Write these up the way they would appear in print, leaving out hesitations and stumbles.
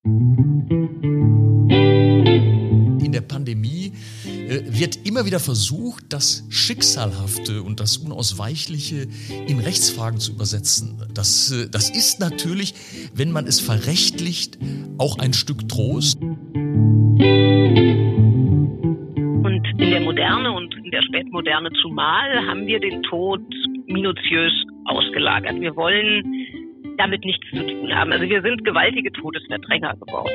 In der Pandemie wird immer wieder versucht, das Schicksalhafte und das Unausweichliche in Rechtsfragen zu übersetzen. Das ist natürlich, wenn man es verrechtlicht, auch ein Stück Trost. Und in der Moderne und in der Spätmoderne zumal haben wir den Tod minutiös ausgelagert. Wir wollen damit nichts zu tun haben. Also wir sind gewaltige Todesverdränger geworden.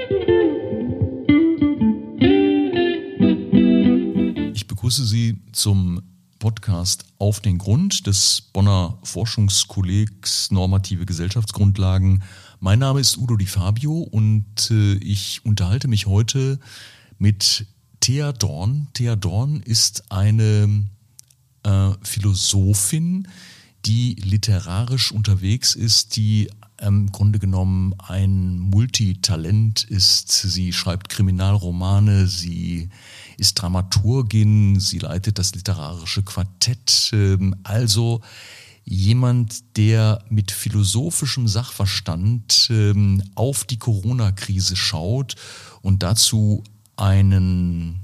Ich begrüße Sie zum Podcast Auf den Grund des Bonner Forschungskollegs Normative Gesellschaftsgrundlagen. Mein Name ist Udo Di Fabio und ich unterhalte mich heute mit Thea Dorn. Thea Dorn ist eine Philosophin, die literarisch unterwegs ist, die im Grunde genommen ein Multitalent ist. Sie schreibt Kriminalromane, sie ist Dramaturgin, sie leitet das literarische Quartett. Also jemand, der mit philosophischem Sachverstand auf die Corona-Krise schaut und dazu einen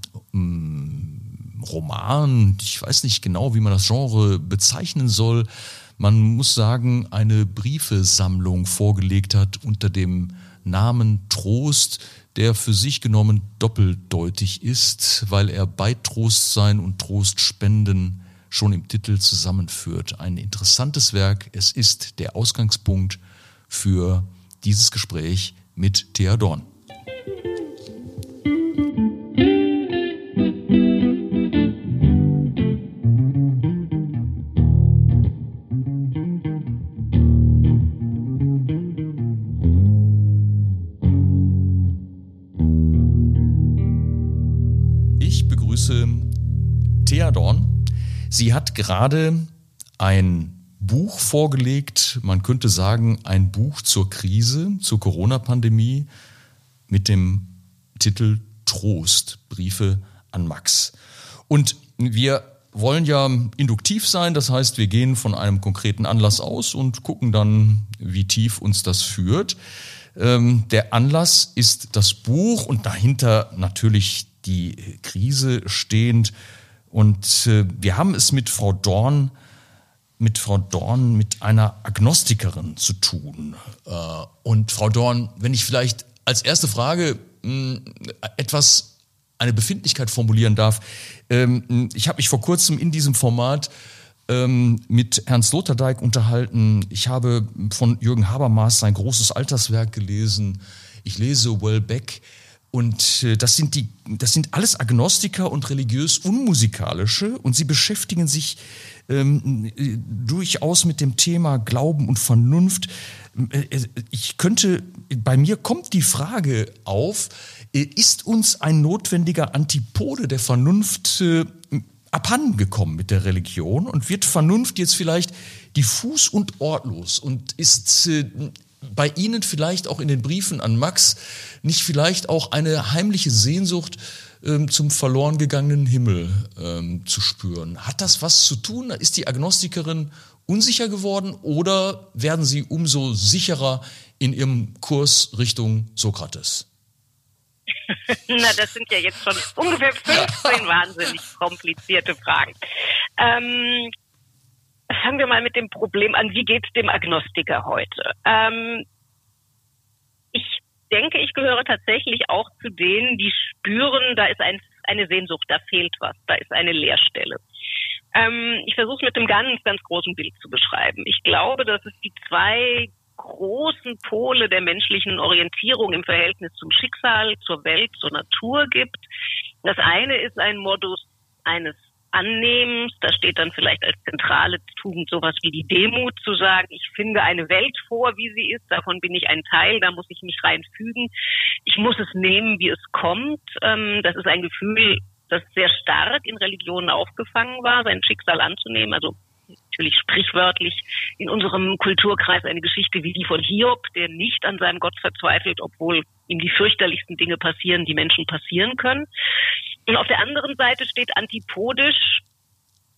Roman, ich weiß nicht genau, wie man das Genre bezeichnen soll, man muss sagen, eine Briefesammlung vorgelegt hat unter dem Namen Trost, der für sich genommen doppeldeutig ist, weil er Beitrostsein und Trostspenden schon im Titel zusammenführt. Ein interessantes Werk. Es ist der Ausgangspunkt für dieses Gespräch mit Thea Dorn. Thea Dorn. Sie hat gerade ein Buch vorgelegt, man könnte sagen, ein Buch zur Krise, zur Corona-Pandemie mit dem Titel Trost, Briefe an Max. Und wir wollen ja induktiv sein, das heißt, wir gehen von einem konkreten Anlass aus und gucken dann, wie tief uns das führt. Der Anlass ist das Buch und dahinter natürlich die Krise stehend. Und wir haben es mit Frau Dorn, mit einer Agnostikerin zu tun. Und Frau Dorn, wenn ich vielleicht als erste Frage eine Befindlichkeit formulieren darf. Ich habe mich vor kurzem in diesem Format mit Herrn Sloterdijk unterhalten. Ich habe von Jürgen Habermas sein großes Alterswerk gelesen. Ich lese Welbeck. Und das sind alles Agnostiker und religiös Unmusikalische und sie beschäftigen sich durchaus mit dem Thema Glauben und Vernunft. Bei mir kommt die Frage auf, ist uns ein notwendiger Antipode der Vernunft abhanden gekommen mit der Religion und wird Vernunft jetzt vielleicht diffus und ortlos und ist bei Ihnen vielleicht auch in den Briefen an Max nicht vielleicht auch eine heimliche Sehnsucht zum verloren gegangenen Himmel zu spüren? Hat das was zu tun? Ist die Agnostikerin unsicher geworden oder werden Sie umso sicherer in Ihrem Kurs Richtung Sokrates? Na, das sind ja jetzt schon ungefähr 15 wahnsinnig komplizierte Fragen. Fangen wir mal mit dem Problem an, wie geht's dem Agnostiker heute? Ich denke, ich gehöre tatsächlich auch zu denen, die spüren, da ist eine Sehnsucht, da fehlt was, da ist eine Leerstelle. Ich versuche es mit einem ganz, ganz großen Bild zu beschreiben. Ich glaube, dass es die zwei großen Pole der menschlichen Orientierung im Verhältnis zum Schicksal, zur Welt, zur Natur gibt. Das eine ist ein Modus eines Annehmens, da steht dann vielleicht als zentrale Tugend sowas wie die Demut, zu sagen, ich finde eine Welt vor, wie sie ist, davon bin ich ein Teil, da muss ich mich reinfügen, ich muss es nehmen, wie es kommt. Das ist ein Gefühl, das sehr stark in Religionen aufgefangen war, sein Schicksal anzunehmen, also natürlich sprichwörtlich in unserem Kulturkreis eine Geschichte wie die von Hiob, der nicht an seinem Gott verzweifelt, obwohl ihm die fürchterlichsten Dinge passieren, die Menschen passieren können. Und auf der anderen Seite steht antipodisch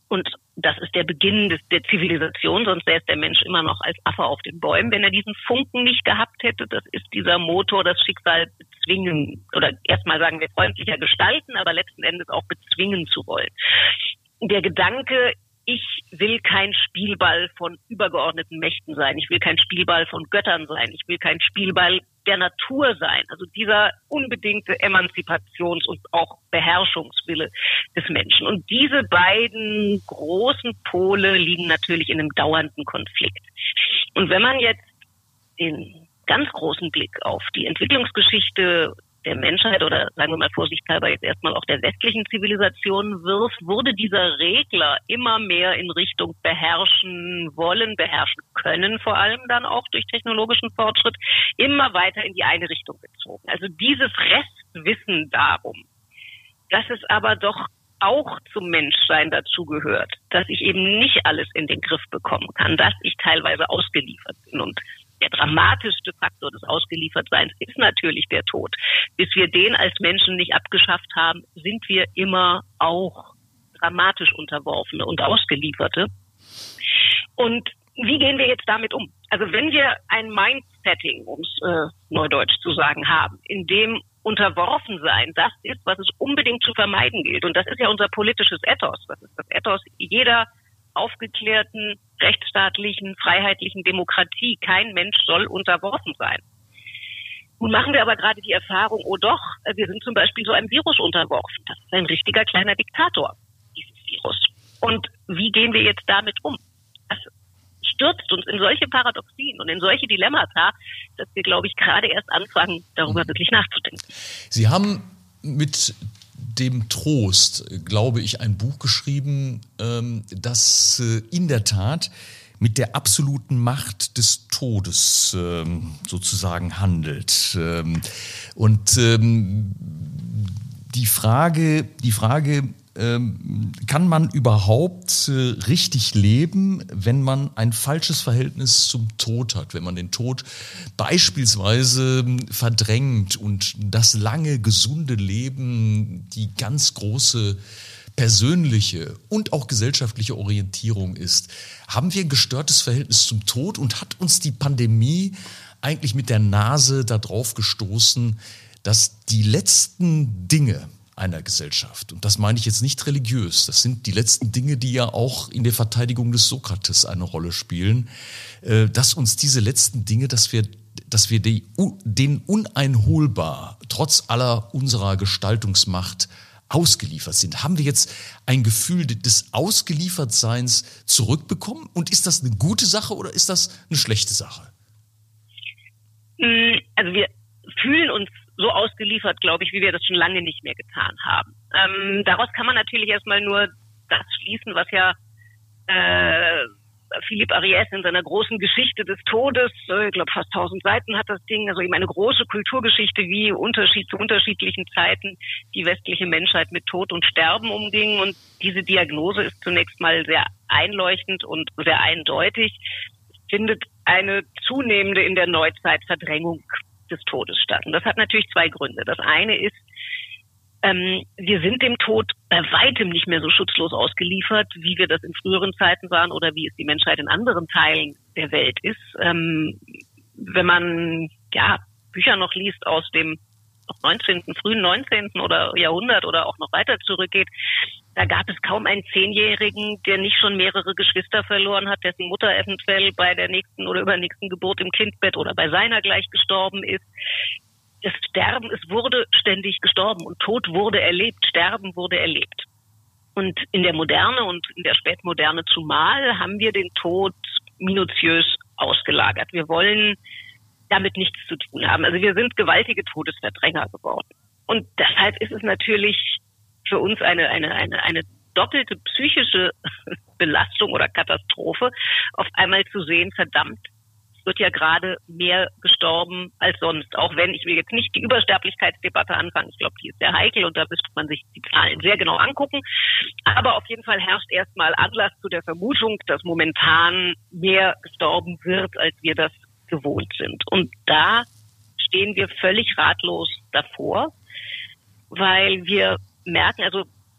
Und das ist der Beginn der Zivilisation, sonst säße der Mensch immer noch als Affe auf den Bäumen, wenn er diesen Funken nicht gehabt hätte. Das ist dieser Motor, das Schicksal bezwingen oder erstmal sagen wir freundlicher gestalten, aber letzten Endes auch bezwingen zu wollen. Der Gedanke, ich will kein Spielball von übergeordneten Mächten sein, ich will kein Spielball von Göttern sein, ich will kein Spielball der Natur sein. Also dieser unbedingte Emanzipations- und auch Beherrschungswille des Menschen. Und diese beiden großen Pole liegen natürlich in einem dauernden Konflikt. Und wenn man jetzt den ganz großen Blick auf die Entwicklungsgeschichte der Menschheit oder sagen wir mal vorsichtshalber jetzt erstmal auch der westlichen Zivilisation wirft, wurde dieser Regler immer mehr in Richtung beherrschen wollen, beherrschen können, vor allem dann auch durch technologischen Fortschritt, immer weiter in die eine Richtung gezogen. Also dieses Restwissen darum, dass es aber doch auch zum Menschsein dazugehört, dass ich eben nicht alles in den Griff bekommen kann, dass ich teilweise ausgeliefert bin. Und der dramatischste Faktor des Ausgeliefertseins ist natürlich der Tod. Bis wir den als Menschen nicht abgeschafft haben, sind wir immer auch dramatisch Unterworfene und Ausgelieferte. Und wie gehen wir jetzt damit um? Also wenn wir ein Mindsetting, um es neudeutsch zu sagen, haben, in dem Unterworfensein das ist, was es unbedingt zu vermeiden gilt. Und das ist ja unser politisches Ethos. Das ist das Ethos jeder aufgeklärten, rechtsstaatlichen, freiheitlichen Demokratie. Kein Mensch soll unterworfen sein. Nun machen wir aber gerade die Erfahrung, oh doch, wir sind zum Beispiel so einem Virus unterworfen. Das ist ein richtiger kleiner Diktator, dieses Virus. Und wie gehen wir jetzt damit um? Das stürzt uns in solche Paradoxien und in solche Dilemmata, dass wir, glaube ich, gerade erst anfangen, darüber wirklich nachzudenken. Sie haben mit dem Trost, glaube ich, ein Buch geschrieben, das in der Tat mit der absoluten Macht des Todes sozusagen handelt. Und die Frage, kann man überhaupt richtig leben, wenn man ein falsches Verhältnis zum Tod hat, wenn man den Tod beispielsweise verdrängt und das lange gesunde Leben die ganz große persönliche und auch gesellschaftliche Orientierung ist? Haben wir ein gestörtes Verhältnis zum Tod und hat uns die Pandemie eigentlich mit der Nase da drauf gestoßen, dass die letzten Dinge einer Gesellschaft, und das meine ich jetzt nicht religiös, das sind die letzten Dinge, die ja auch in der Verteidigung des Sokrates eine Rolle spielen, dass uns diese letzten Dinge, dass wir den uneinholbar, trotz aller unserer Gestaltungsmacht, ausgeliefert sind. Haben wir jetzt ein Gefühl des Ausgeliefertseins zurückbekommen? Und ist das eine gute Sache oder ist das eine schlechte Sache? Also wir fühlen uns so ausgeliefert, glaube ich, wie wir das schon lange nicht mehr getan haben. Daraus kann man natürlich erstmal nur das schließen, was ja Philippe Ariès in seiner großen Geschichte des Todes, ich glaube fast 1000 Seiten hat das Ding, also eben eine große Kulturgeschichte, wie zu unterschiedlichen Zeiten die westliche Menschheit mit Tod und Sterben umging. Und diese Diagnose ist zunächst mal sehr einleuchtend und sehr eindeutig. Es findet eine zunehmende in der Neuzeit Verdrängung des Todes statt. Und das hat natürlich zwei Gründe. Das eine ist, wir sind dem Tod bei weitem nicht mehr so schutzlos ausgeliefert, wie wir das in früheren Zeiten waren oder wie es die Menschheit in anderen Teilen der Welt ist. Wenn man Bücher noch liest aus dem frühen 19. oder Jahrhundert oder auch noch weiter zurückgeht, da gab es kaum einen 10-Jährigen, der nicht schon mehrere Geschwister verloren hat, dessen Mutter eventuell bei der nächsten oder übernächsten Geburt im Kindbett oder bei seiner gleich gestorben ist. Das Sterben, es wurde ständig gestorben und Tod wurde erlebt, Sterben wurde erlebt. Und in der Moderne und in der Spätmoderne zumal haben wir den Tod minutiös ausgelagert. Wir wollen damit nichts zu tun haben. Also wir sind gewaltige Todesverdränger geworden. Und deshalb ist es natürlich für uns eine doppelte psychische Belastung oder Katastrophe, auf einmal zu sehen, verdammt, wird ja gerade mehr gestorben als sonst. Auch wenn, ich will jetzt nicht die Übersterblichkeitsdebatte anfangen, ich glaube, die ist sehr heikel und da müsste man sich die Zahlen sehr genau angucken. Aber auf jeden Fall herrscht erstmal Anlass zu der Vermutung, dass momentan mehr gestorben wird, als wir das gewohnt sind. Und da stehen wir völlig ratlos davor, weil wir merken, also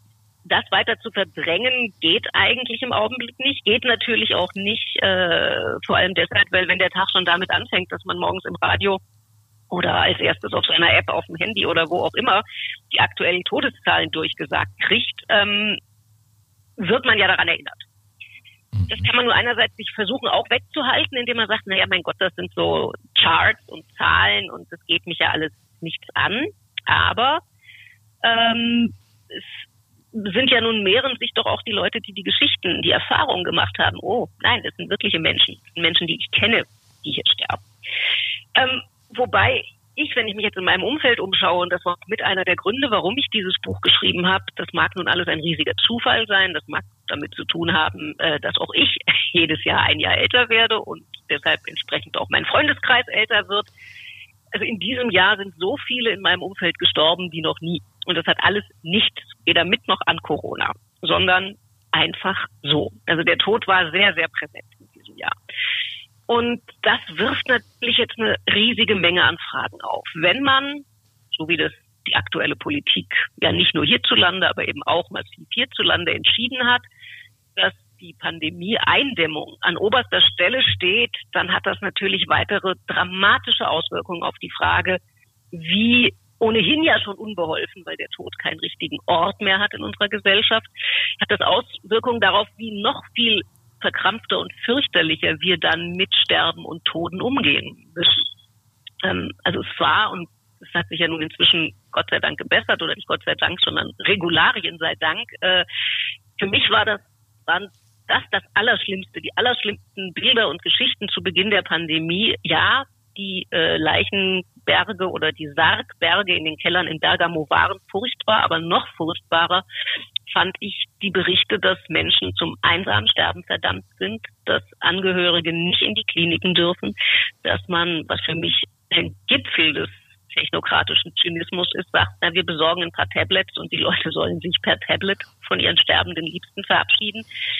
das weiter zu verdrängen geht eigentlich im Augenblick nicht. Geht natürlich auch nicht, vor allem deshalb, weil wenn der Tag schon damit anfängt, dass man morgens im Radio oder als erstes auf seiner App auf dem Handy oder wo auch immer die aktuellen Todeszahlen durchgesagt kriegt, wird man ja daran erinnert. Das kann man nur einerseits sich versuchen auch wegzuhalten, indem man sagt, naja, mein Gott, das sind so Charts und Zahlen und das geht mich ja alles nichts an. Aber es sind ja nun mehren sich doch auch die Leute, die Geschichten, die Erfahrungen gemacht haben. Oh, nein, das sind wirkliche Menschen. Menschen, die ich kenne, die hier sterben. Wobei wenn ich mich jetzt in meinem Umfeld umschaue, und das war mit einer der Gründe, warum ich dieses Buch geschrieben habe, das mag nun alles ein riesiger Zufall sein, das mag damit zu tun haben, dass auch ich jedes Jahr ein Jahr älter werde und deshalb entsprechend auch mein Freundeskreis älter wird. Also in diesem Jahr sind so viele in meinem Umfeld gestorben wie noch nie. Und das hat alles nichts, weder mit noch an Corona, sondern einfach so. Also der Tod war sehr, sehr präsent in diesem Jahr. Und das wirft natürlich jetzt eine riesige Menge an Fragen auf. Wenn man, so wie das die aktuelle Politik ja nicht nur hierzulande, aber eben auch massiv hierzulande entschieden hat, dass die Pandemie-Eindämmung an oberster Stelle steht, dann hat das natürlich weitere dramatische Auswirkungen auf die Frage, wie ohnehin ja schon unbeholfen, weil der Tod keinen richtigen Ort mehr hat in unserer Gesellschaft, hat das Auswirkungen darauf, wie noch viel verkrampfter und fürchterlicher wir dann mit Sterben und Toten umgehen müssen. Also es war, und es hat sich ja nun inzwischen Gott sei Dank gebessert, oder nicht Gott sei Dank, sondern Regularien sei Dank. Für mich waren das Allerschlimmste, die allerschlimmsten Bilder und Geschichten zu Beginn der Pandemie. Ja, die Leichenberge oder die Sargberge in den Kellern in Bergamo waren furchtbar, aber noch furchtbarer fand ich die Berichte, dass Menschen zum einsamen Sterben verdammt sind, dass Angehörige nicht in die Kliniken dürfen, dass man, was für mich ein Gipfel des technokratischen Zynismus ist, sagt, na, wir besorgen ein paar Tablets und die Leute sollen sich per Tablet von ihren sterbenden Liebsten verabschieden.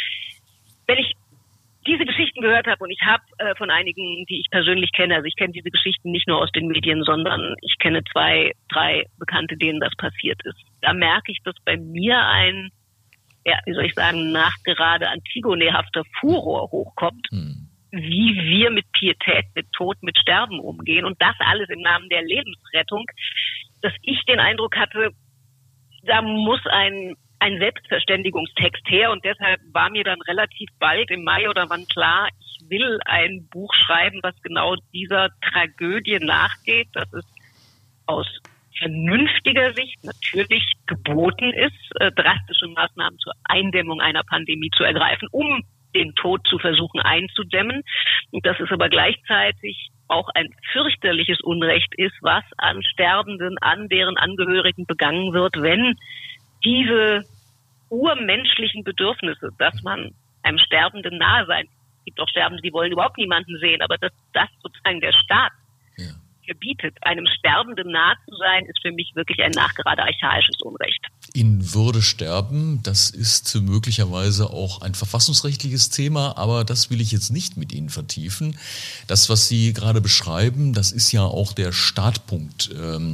Wenn ich diese Geschichten gehört habe, und ich habe von einigen, die ich persönlich kenne, also ich kenne diese Geschichten nicht nur aus den Medien, sondern ich kenne 2, 3 Bekannte, denen das passiert ist. Da merke ich, dass bei mir ein, ja, wie soll ich sagen, nachgerade Antigone-hafter Furor hochkommt, wie wir mit Pietät, mit Tod, mit Sterben umgehen, und das alles im Namen der Lebensrettung, dass ich den Eindruck hatte, da muss ein Selbstverständigungstext her, und deshalb war mir dann relativ bald im Mai oder wann klar, ich will ein Buch schreiben, was genau dieser Tragödie nachgeht, dass es aus vernünftiger Sicht natürlich geboten ist, drastische Maßnahmen zur Eindämmung einer Pandemie zu ergreifen, um den Tod zu versuchen einzudämmen, und dass es aber gleichzeitig auch ein fürchterliches Unrecht ist, was an Sterbenden, an deren Angehörigen begangen wird, wenn diese urmenschlichen Bedürfnisse, dass man einem Sterbenden nahe sein, es gibt auch Sterbende, die wollen überhaupt niemanden sehen, aber dass das sozusagen der Staat verbietet, einem Sterbenden nahe zu sein, ist für mich wirklich ein nachgerade archaisches Unrecht. In Würde sterben, das ist möglicherweise auch ein verfassungsrechtliches Thema, aber das will ich jetzt nicht mit Ihnen vertiefen. Das, was Sie gerade beschreiben, das ist ja auch der Startpunkt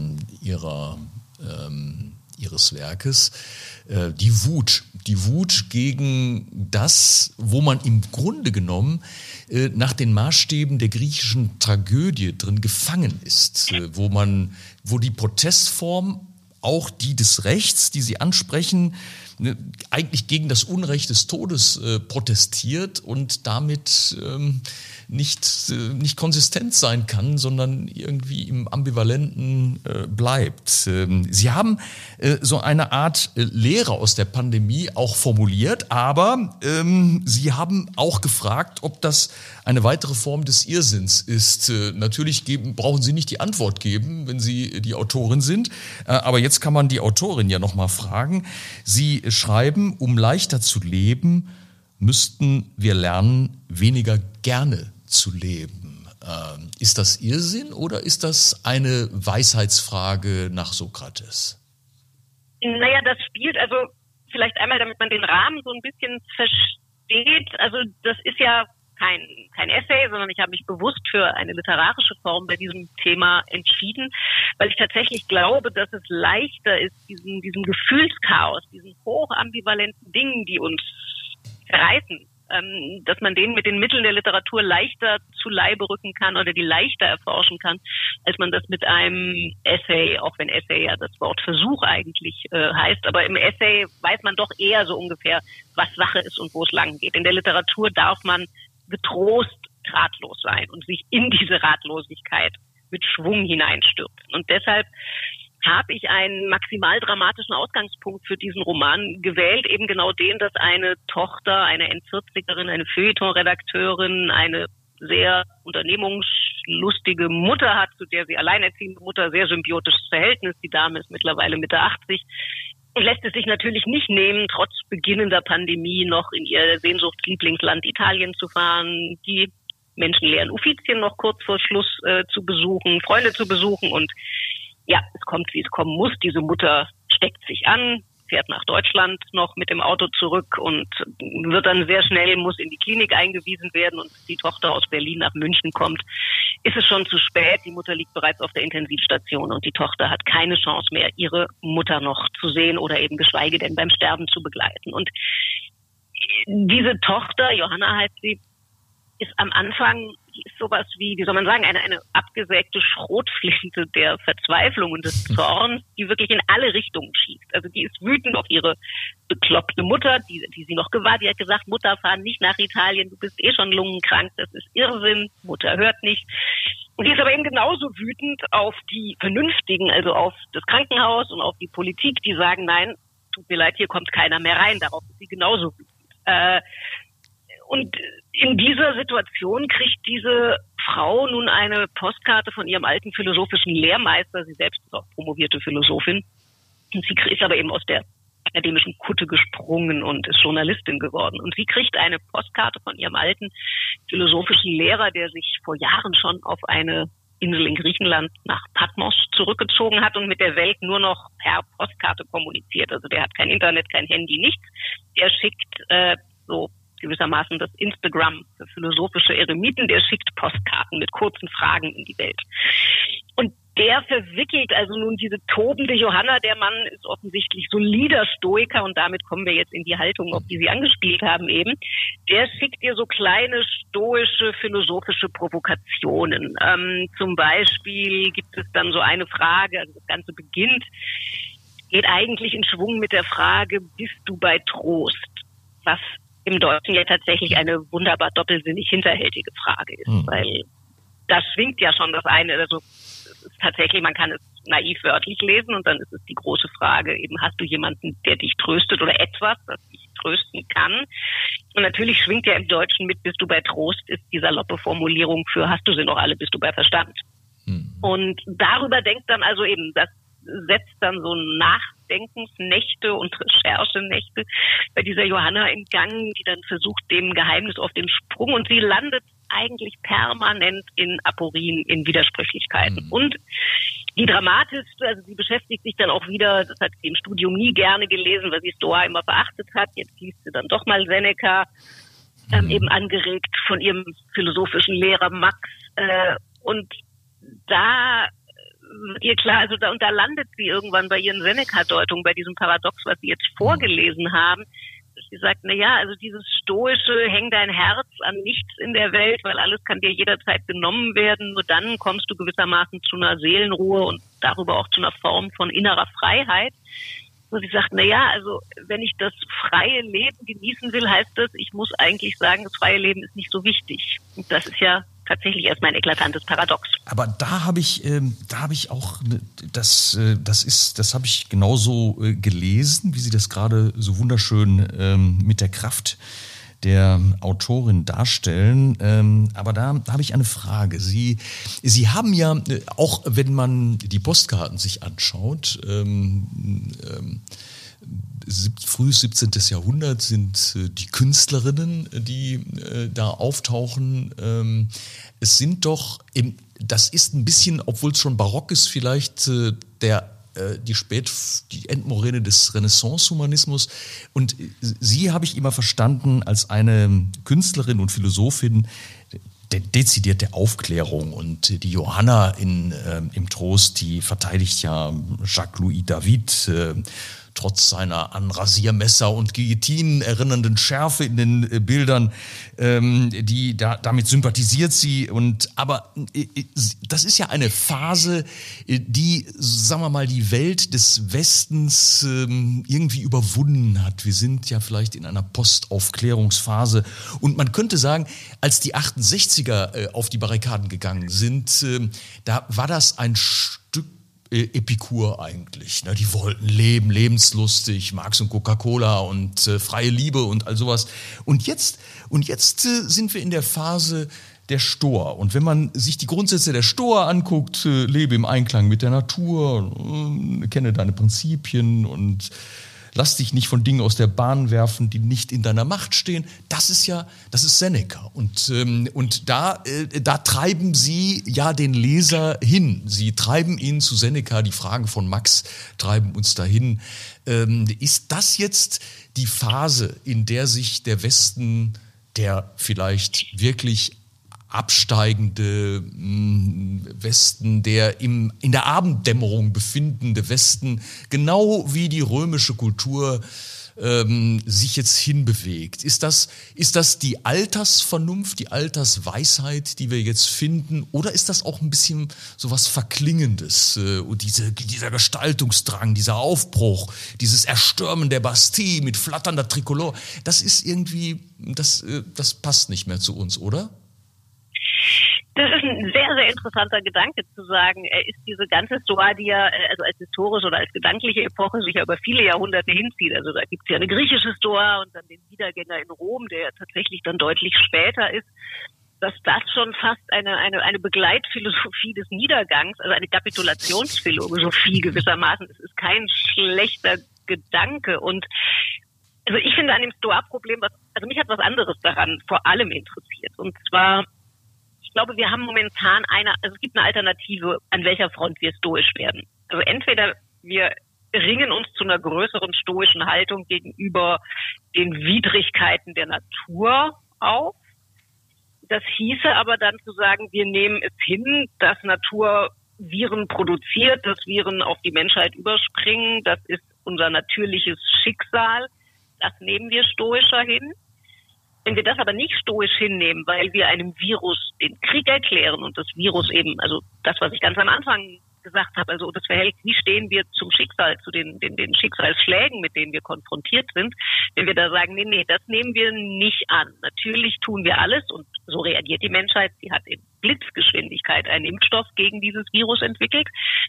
Ihres Werkes. Die Wut gegen das, wo man im Grunde genommen nach den Maßstäben der griechischen Tragödie drin gefangen ist, wo die Protestform, auch die des Rechts, die Sie ansprechen, eigentlich gegen das Unrecht des Todes protestiert und damit nicht konsistent sein kann, sondern irgendwie im Ambivalenten bleibt. Sie haben so eine Art Lehre aus der Pandemie auch formuliert, aber Sie haben auch gefragt, ob das eine weitere Form des Irrsinns ist. Natürlich brauchen Sie nicht die Antwort geben, wenn Sie die Autorin sind, aber jetzt kann man die Autorin ja nochmal fragen. Sie schreiben, um leichter zu leben, müssten wir lernen, weniger gerne zu leben. Ist das Irrsinn oder ist das eine Weisheitsfrage nach Sokrates? Naja, das spielt also vielleicht einmal, damit man den Rahmen so ein bisschen versteht. Also das ist ja kein Essay, sondern ich habe mich bewusst für eine literarische Form bei diesem Thema entschieden, weil ich tatsächlich glaube, dass es leichter ist, diesem Gefühlschaos, diesen hochambivalenten Dingen, die uns zerreißen, dass man denen mit den Mitteln der Literatur leichter zu Leibe rücken kann oder die leichter erforschen kann, als man das mit einem Essay, auch wenn Essay ja das Wort Versuch eigentlich heißt, aber im Essay weiß man doch eher so ungefähr, was Sache ist und wo es lang geht. In der Literatur darf man getrost ratlos sein und sich in diese Ratlosigkeit mit Schwung hineinstürzen. Und deshalb habe ich einen maximal dramatischen Ausgangspunkt für diesen Roman gewählt, eben genau den, dass eine Tochter, eine End-40erin, eine Feuilleton-Redakteurin, eine sehr unternehmungslustige Mutter hat, zu der sie alleinerziehende Mutter, sehr symbiotisches Verhältnis. Die Dame ist mittlerweile Mitte 80 und lässt es sich natürlich nicht nehmen, trotz beginnender Pandemie noch in ihr Sehnsuchtslieblingsland Italien zu fahren, die menschenleeren Uffizien noch kurz vor Schluss zu besuchen, Freunde zu besuchen und ja, es kommt, wie es kommen muss. Diese Mutter steckt sich an, fährt nach Deutschland noch mit dem Auto zurück und wird dann sehr schnell, muss in die Klinik eingewiesen werden und die Tochter aus Berlin nach München kommt, ist es schon zu spät. Die Mutter liegt bereits auf der Intensivstation und die Tochter hat keine Chance mehr, ihre Mutter noch zu sehen oder eben geschweige denn beim Sterben zu begleiten. Und diese Tochter, Johanna heißt sie, ist am Anfang, die ist sowas wie soll man sagen, eine abgesägte Schrotflinte der Verzweiflung und des Zorns, die wirklich in alle Richtungen schießt. Also die ist wütend auf ihre bekloppte Mutter, die sie noch gewahrt. Die hat gesagt, Mutter, fahr nicht nach Italien, du bist eh schon lungenkrank, das ist Irrsinn, Mutter hört nicht. Und die ist aber eben genauso wütend auf die Vernünftigen, also auf das Krankenhaus und auf die Politik, die sagen, nein, tut mir leid, hier kommt keiner mehr rein. Darauf ist sie genauso wütend. Und in dieser Situation kriegt diese Frau nun eine Postkarte von ihrem alten philosophischen Lehrmeister. Sie selbst ist auch promovierte Philosophin. Und sie ist aber eben aus der akademischen Kutte gesprungen und ist Journalistin geworden. Und sie kriegt eine Postkarte von ihrem alten philosophischen Lehrer, der sich vor Jahren schon auf eine Insel in Griechenland nach Patmos zurückgezogen hat und mit der Welt nur noch per Postkarte kommuniziert. Also der hat kein Internet, kein Handy, nichts. Der schickt so gewissermaßen das Instagram für philosophische Eremiten, der schickt Postkarten mit kurzen Fragen in die Welt. Und der verwickelt also nun diese tobende Johanna, der Mann ist offensichtlich solider Stoiker und damit kommen wir jetzt in die Haltung, auf die Sie angespielt haben eben. Der schickt ihr so kleine stoische, philosophische Provokationen. Zum Beispiel gibt es dann so eine Frage, also das Ganze geht eigentlich in Schwung mit der Frage, bist du bei Trost? Was im Deutschen ja tatsächlich eine wunderbar doppelsinnig hinterhältige Frage ist, weil da schwingt ja schon das eine, also es ist tatsächlich, man kann es naiv wörtlich lesen und dann ist es die große Frage eben, hast du jemanden, der dich tröstet oder etwas, das dich trösten kann? Und natürlich schwingt ja im Deutschen mit, bist du bei Trost, ist die saloppe Formulierung für, hast du sie noch alle, bist du bei Verstand? Und darüber denkt dann also eben, das setzt dann so Nachdenkensnächte und Recherchenächte bei dieser Johanna in Gang, die dann versucht, dem Geheimnis auf den Sprung und sie landet eigentlich permanent in Aporien, in Widersprüchlichkeiten. Und die dramatischste, also sie beschäftigt sich dann auch wieder, das hat sie im Studium nie gerne gelesen, weil sie Stoa immer verachtet hat, jetzt liest sie dann doch mal Seneca, eben angeregt von ihrem philosophischen Lehrer Max, und da wird ihr klar, also da landet sie irgendwann bei ihren Seneca-Deutungen, bei diesem Paradox, was Sie jetzt vorgelesen haben. Sie sagt, na ja, also dieses stoische, häng dein Herz an nichts in der Welt, weil alles kann dir jederzeit genommen werden. Nur dann kommst du gewissermaßen zu einer Seelenruhe und darüber auch zu einer Form von innerer Freiheit. Und sie sagt, na ja, also wenn ich das freie Leben genießen will, heißt das, ich muss eigentlich sagen, das freie Leben ist nicht so wichtig. Und das ist ja tatsächlich erstmal ein eklatantes Paradox. Aber da habe ich auch, das habe ich genauso gelesen, wie Sie das gerade so wunderschön mit der Kraft der Autorin darstellen. Aber da habe ich eine Frage. Sie haben ja, auch wenn man die Postkarten sich anschaut, frühes 17. Jahrhundert sind die Künstlerinnen, die da auftauchen. Es sind doch, das ist ein bisschen, obwohl es schon barock ist, vielleicht der die Endmoräne des Renaissance-Humanismus. Und sie habe ich immer verstanden als eine Künstlerin und Philosophin dezidiert der Aufklärung. Und die Johanna im Trost, die verteidigt ja Jacques-Louis David, trotz seiner an Rasiermesser und Guillotinen erinnernden Schärfe in den Bildern, damit sympathisiert sie. Aber das ist ja eine Phase, die, sagen wir mal, die Welt des Westens irgendwie überwunden hat. Wir sind ja vielleicht in einer Postaufklärungsphase. Und man könnte sagen, als die 68er auf die Barrikaden gegangen sind, da war das ein Stück Epikur eigentlich. Ne? Die wollten leben, lebenslustig, Marx und Coca-Cola und freie Liebe und all sowas. Und jetzt sind wir in der Phase der Stoa. Und wenn man sich die Grundsätze der Stoa anguckt, lebe im Einklang mit der Natur, kenne deine Prinzipien und lass dich nicht von Dingen aus der Bahn werfen, die nicht in deiner Macht stehen. Das ist Seneca. Und da treiben sie ja den Leser hin. Sie treiben ihn zu Seneca. Die Fragen von Max treiben uns dahin. Ist das jetzt die Phase, in der sich der Westen, der vielleicht wirklich absteigende Westen, der in der Abenddämmerung befindende Westen, genau wie die römische Kultur sich jetzt hinbewegt? Ist das die Altersvernunft, die Altersweisheit, die wir jetzt finden, oder ist das auch ein bisschen so was Verklingendes? Und dieser Gestaltungsdrang, dieser Aufbruch, dieses Erstürmen der Bastille mit flatternder Trikolore, das ist irgendwie, das passt nicht mehr zu uns, oder? Das ist ein sehr, sehr interessanter Gedanke zu sagen, er ist diese ganze Stoa, die ja also als historische oder als gedankliche Epoche sich ja über viele Jahrhunderte hinzieht. Also da gibt es ja eine griechische Stoa und dann den Wiedergänger in Rom, der ja tatsächlich dann deutlich später ist, dass das schon fast eine Begleitphilosophie des Niedergangs, also eine Kapitulationsphilosophie gewissermaßen. Es ist kein schlechter Gedanke. Und also ich finde an dem Stoa-Problem, mich hat was anderes daran vor allem interessiert. Und zwar, ich glaube, wir haben momentan es gibt eine Alternative, an welcher Front wir stoisch werden. Also entweder wir ringen uns zu einer größeren stoischen Haltung gegenüber den Widrigkeiten der Natur auf. Das hieße aber dann zu sagen, wir nehmen es hin, dass Natur Viren produziert, dass Viren auf die Menschheit überspringen. Das ist unser natürliches Schicksal. Das nehmen wir stoischer hin. Wenn wir das aber nicht stoisch hinnehmen, weil wir einem Virus den Krieg erklären und das Virus eben, also das, was ich ganz am Anfang gesagt habe, also das Verhältnis, wie stehen wir zum Schicksal, zu den Schicksalsschlägen, mit denen wir konfrontiert sind, wenn wir da sagen, nee, das nehmen wir nicht an. Natürlich tun wir alles und so reagiert die Menschheit. Sie hat in Blitzgeschwindigkeit einen Impfstoff gegen dieses Virus entwickelt.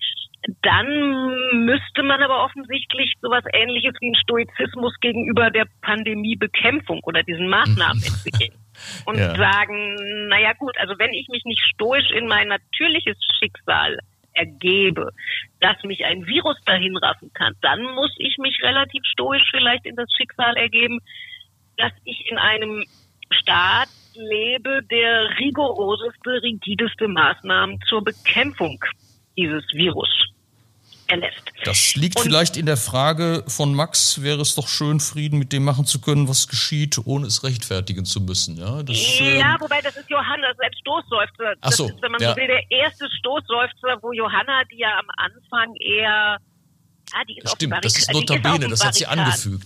Dann müsste man aber offensichtlich sowas Ähnliches wie einen Stoizismus gegenüber der Pandemiebekämpfung oder diesen Maßnahmen entwickeln. Und sagen, naja gut, also wenn ich mich nicht stoisch in mein natürliches Schicksal ergebe, dass mich ein Virus dahin raffen kann, dann muss ich mich relativ stoisch vielleicht in das Schicksal ergeben, dass ich in einem Staat lebe, der rigideste Maßnahmen zur Bekämpfung dieses Virus erlässt. Das liegt vielleicht in der Frage von Max, wäre es doch schön, Frieden mit dem machen zu können, was geschieht, ohne es rechtfertigen zu müssen. Ja, wobei das ist Johanna, das ist ein Stoßseufzer. Das ist, wenn man so will, der erste Stoßseufzer, wo Johanna, die ja am Anfang eher, die ist stimmt, das ist notabene, das hat sie angefügt.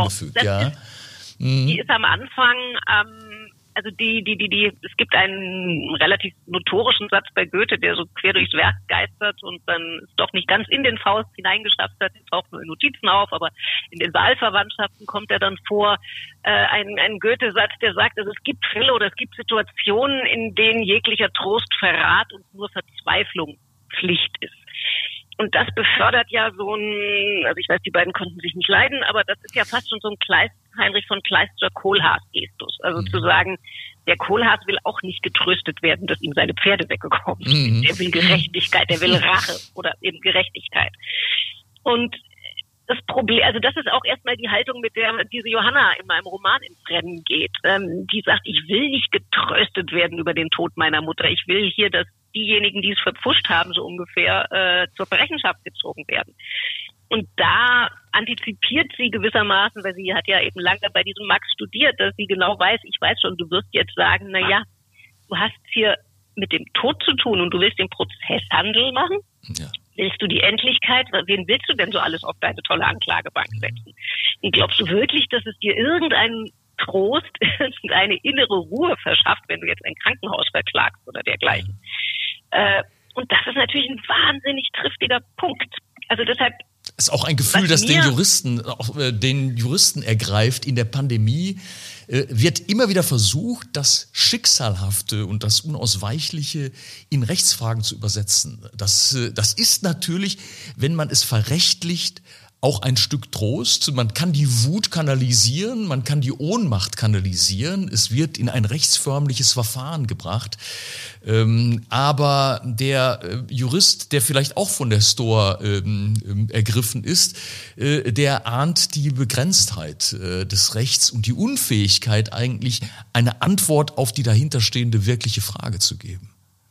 Die ist am Anfang, also es gibt einen relativ notorischen Satz bei Goethe, der so quer durchs Werk geistert und dann es doch nicht ganz in den Faust hineingeschafft hat, taucht nur in Notizen auf, aber in den Wahlverwandtschaften kommt er dann vor, ein Goethe-Satz, der sagt, also es gibt Fälle oder es gibt Situationen, in denen jeglicher Trost Verrat und nur Verzweiflung Pflicht ist. Und das befördert ja so also ich weiß, die beiden konnten sich nicht leiden, aber das ist ja fast schon so ein Heinrich von Kleistra Kohlhaas-Gestus. Also zu sagen, der Kohlhaas will auch nicht getröstet werden, dass ihm seine Pferde weggekommen sind. Er will Gerechtigkeit, er will Rache oder eben Gerechtigkeit. Und das Problem, also das ist auch erstmal die Haltung, mit der diese Johanna in meinem Roman ins Rennen geht. Die sagt, ich will nicht getröstet werden über den Tod meiner Mutter. Ich will hier, dass diejenigen, die es verpfuscht haben, so ungefähr zur Rechenschaft gezogen werden. Und da antizipiert sie gewissermaßen, weil sie hat ja eben lange bei diesem Max studiert, dass sie genau weiß, ich weiß schon, du wirst jetzt sagen, na ja, du hast hier mit dem Tod zu tun und du willst den Prozesshandel machen. Ja. Willst du die Endlichkeit? Wen willst du denn so alles auf deine tolle Anklagebank setzen? Und glaubst du wirklich, dass es dir irgendeinen Trost, irgendeine innere Ruhe verschafft, wenn du jetzt ein Krankenhaus verklagst oder dergleichen? Und das ist natürlich ein wahnsinnig triftiger Punkt. Also deshalb ist auch ein Gefühl, das den Juristen ergreift. In der Pandemie wird immer wieder versucht, das Schicksalhafte und das Unausweichliche in Rechtsfragen zu übersetzen. Das ist natürlich, wenn man es verrechtlicht, auch ein Stück Trost. Man kann die Wut kanalisieren, man kann die Ohnmacht kanalisieren. Es wird in ein rechtsförmliches Verfahren gebracht. Aber der Jurist, der vielleicht auch von der Stoa ergriffen ist, der ahnt die Begrenztheit des Rechts und die Unfähigkeit eigentlich, eine Antwort auf die dahinterstehende wirkliche Frage zu geben.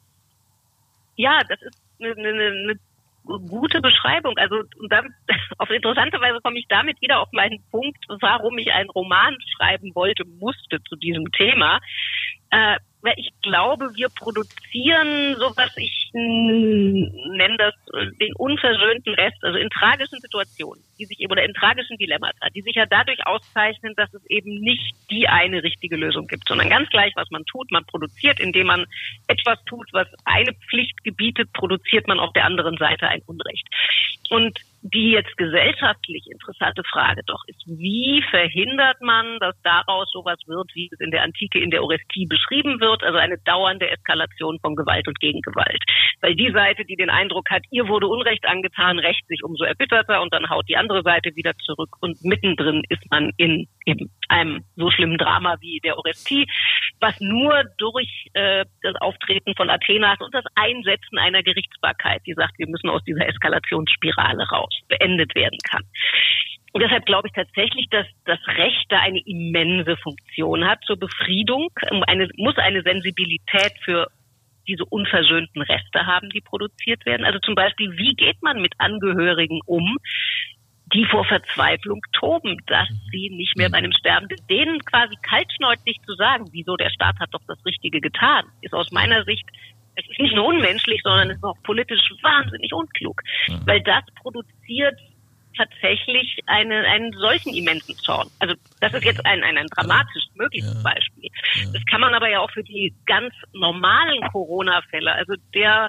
Ja, das ist eine gute Beschreibung. Also und dann, auf interessante Weise komme ich damit wieder auf meinen Punkt, warum ich einen Roman schreiben musste zu diesem Thema. Weil ich glaube, wir produzieren sowas, ich nenne das den unversöhnten Rest, also in tragischen Situationen, oder in tragischen Dilemmata, die sich ja dadurch auszeichnen, dass es eben nicht die eine richtige Lösung gibt, sondern ganz gleich, was man tut, man produziert, indem man etwas tut, was eine Pflicht gebietet, produziert man auf der anderen Seite ein Unrecht. Und die jetzt gesellschaftlich interessante Frage doch ist, wie verhindert man, dass daraus sowas wird, wie es in der Antike in der Orestie beschrieben wird, also eine dauernde Eskalation von Gewalt und Gegengewalt. Weil die Seite, die den Eindruck hat, ihr wurde Unrecht angetan, rächt sich umso erbitterter und dann haut die andere Seite wieder zurück und mittendrin ist man in eben einem so schlimmen Drama wie der Orestie, was nur durch das Auftreten von Athenas und das Einsetzen einer Gerichtsbarkeit, die sagt, wir müssen aus dieser Eskalationsspirale raus, beendet werden kann. Und deshalb glaube ich tatsächlich, dass das Recht da eine immense Funktion hat zur Befriedung, muss eine Sensibilität für diese unversöhnten Reste haben, die produziert werden. Also zum Beispiel, wie geht man mit Angehörigen um, die vor Verzweiflung toben, dass sie nicht mehr bei einem Sterben, denen quasi kaltschnäuzig zu sagen, wieso, der Staat hat doch das Richtige getan, ist aus meiner Sicht, es ist nicht nur unmenschlich, sondern es ist auch politisch wahnsinnig unklug, weil das produziert tatsächlich einen solchen immensen Zorn. Also das ist jetzt ein dramatisch mögliches Beispiel. Das kann man aber ja auch für die ganz normalen Corona-Fälle, also der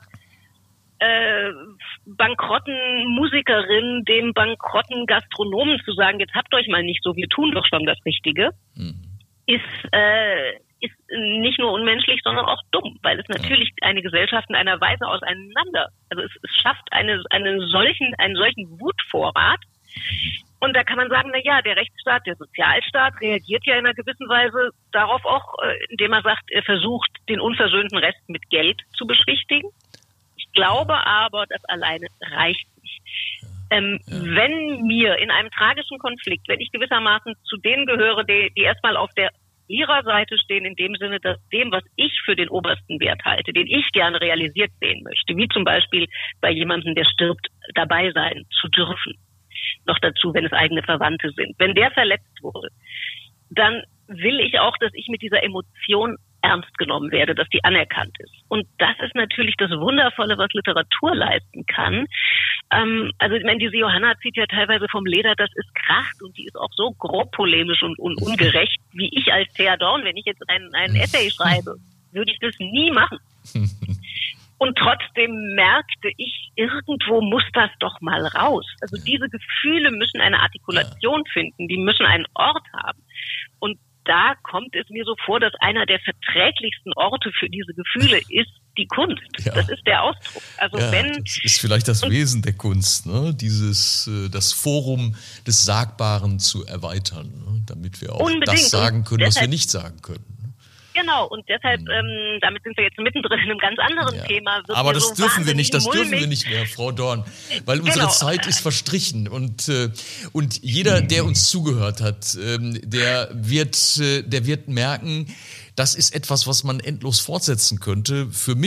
bankrotten Musikerin, dem bankrotten Gastronomen zu sagen, jetzt habt euch mal nicht so, wir tun doch schon das Richtige, ist nicht nur unmenschlich, sondern auch dumm, weil es natürlich eine Gesellschaft in einer Weise auseinander, also es schafft einen solchen Wutvorrat. Und da kann man sagen, na ja, der Rechtsstaat, der Sozialstaat reagiert ja in einer gewissen Weise darauf auch, indem er sagt, er versucht, den unversöhnten Rest mit Geld zu beschwichtigen. Ich glaube aber, das alleine reicht nicht. Wenn mir in einem tragischen Konflikt, wenn ich gewissermaßen zu denen gehöre, die erstmal auf der ihrer Seite stehen, in dem Sinne, dass dem, was ich für den obersten Wert halte, den ich gerne realisiert sehen möchte, wie zum Beispiel bei jemandem, der stirbt, dabei sein zu dürfen, noch dazu, wenn es eigene Verwandte sind, wenn der verletzt wurde, dann will ich auch, dass ich mit dieser Emotion ernst genommen werde, dass die anerkannt ist. Und das ist natürlich das Wundervolle, was Literatur leisten kann. Also ich meine, diese Johanna zieht ja teilweise vom Leder, dass es kracht und die ist auch so grob polemisch und ungerecht, wie ich als Thea Dorn, wenn ich jetzt ein Essay schreibe, würde ich das nie machen. Und trotzdem merkte ich, irgendwo muss das doch mal raus. Also diese Gefühle müssen eine Artikulation finden, die müssen einen Ort haben. Und da kommt es mir so vor, dass einer der verträglichsten Orte für diese Gefühle ist die Kunst. Ja. Das ist der Ausdruck. Also das ist vielleicht das Wesen der Kunst, ne? Das Forum des Sagbaren zu erweitern, ne? Damit wir auch das sagen können, was wir nicht sagen können. Genau, und deshalb, damit sind wir jetzt mittendrin in einem ganz anderen Thema. Aber das dürfen wir nicht, mehr, Frau Dorn, weil unsere Zeit ist verstrichen und jeder, der uns zugehört hat, der wird merken, das ist etwas, was man endlos fortsetzen könnte. Für mich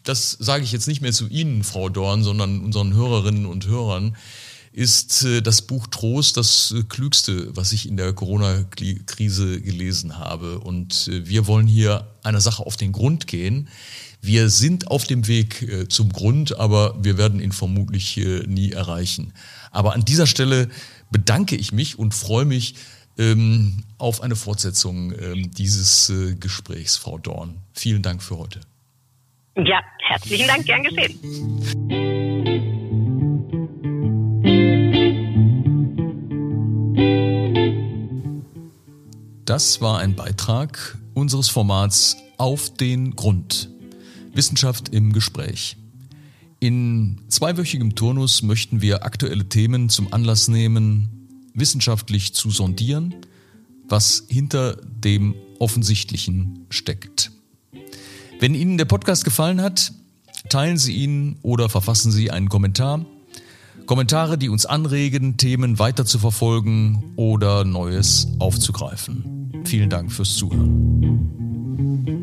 das sage ich jetzt nicht mehr zu Ihnen, Frau Dorn, sondern unseren Hörerinnen und Hörern, ist das Buch Trost das Klügste, was ich in der Corona-Krise gelesen habe. Und wir wollen hier einer Sache auf den Grund gehen. Wir sind auf dem Weg zum Grund, aber wir werden ihn vermutlich nie erreichen. Aber an dieser Stelle bedanke ich mich und freue mich auf eine Fortsetzung dieses Gesprächs, Frau Dorn. Vielen Dank für heute. Ja, herzlichen Dank, gern geschehen. Das war ein Beitrag unseres Formats Auf den Grund. Wissenschaft im Gespräch. In 2-wöchigem Turnus möchten wir aktuelle Themen zum Anlass nehmen, wissenschaftlich zu sondieren, was hinter dem Offensichtlichen steckt. Wenn Ihnen der Podcast gefallen hat, teilen Sie ihn oder verfassen Sie einen Kommentar. Kommentare, die uns anregen, Themen weiter zu verfolgen oder Neues aufzugreifen. Vielen Dank fürs Zuhören.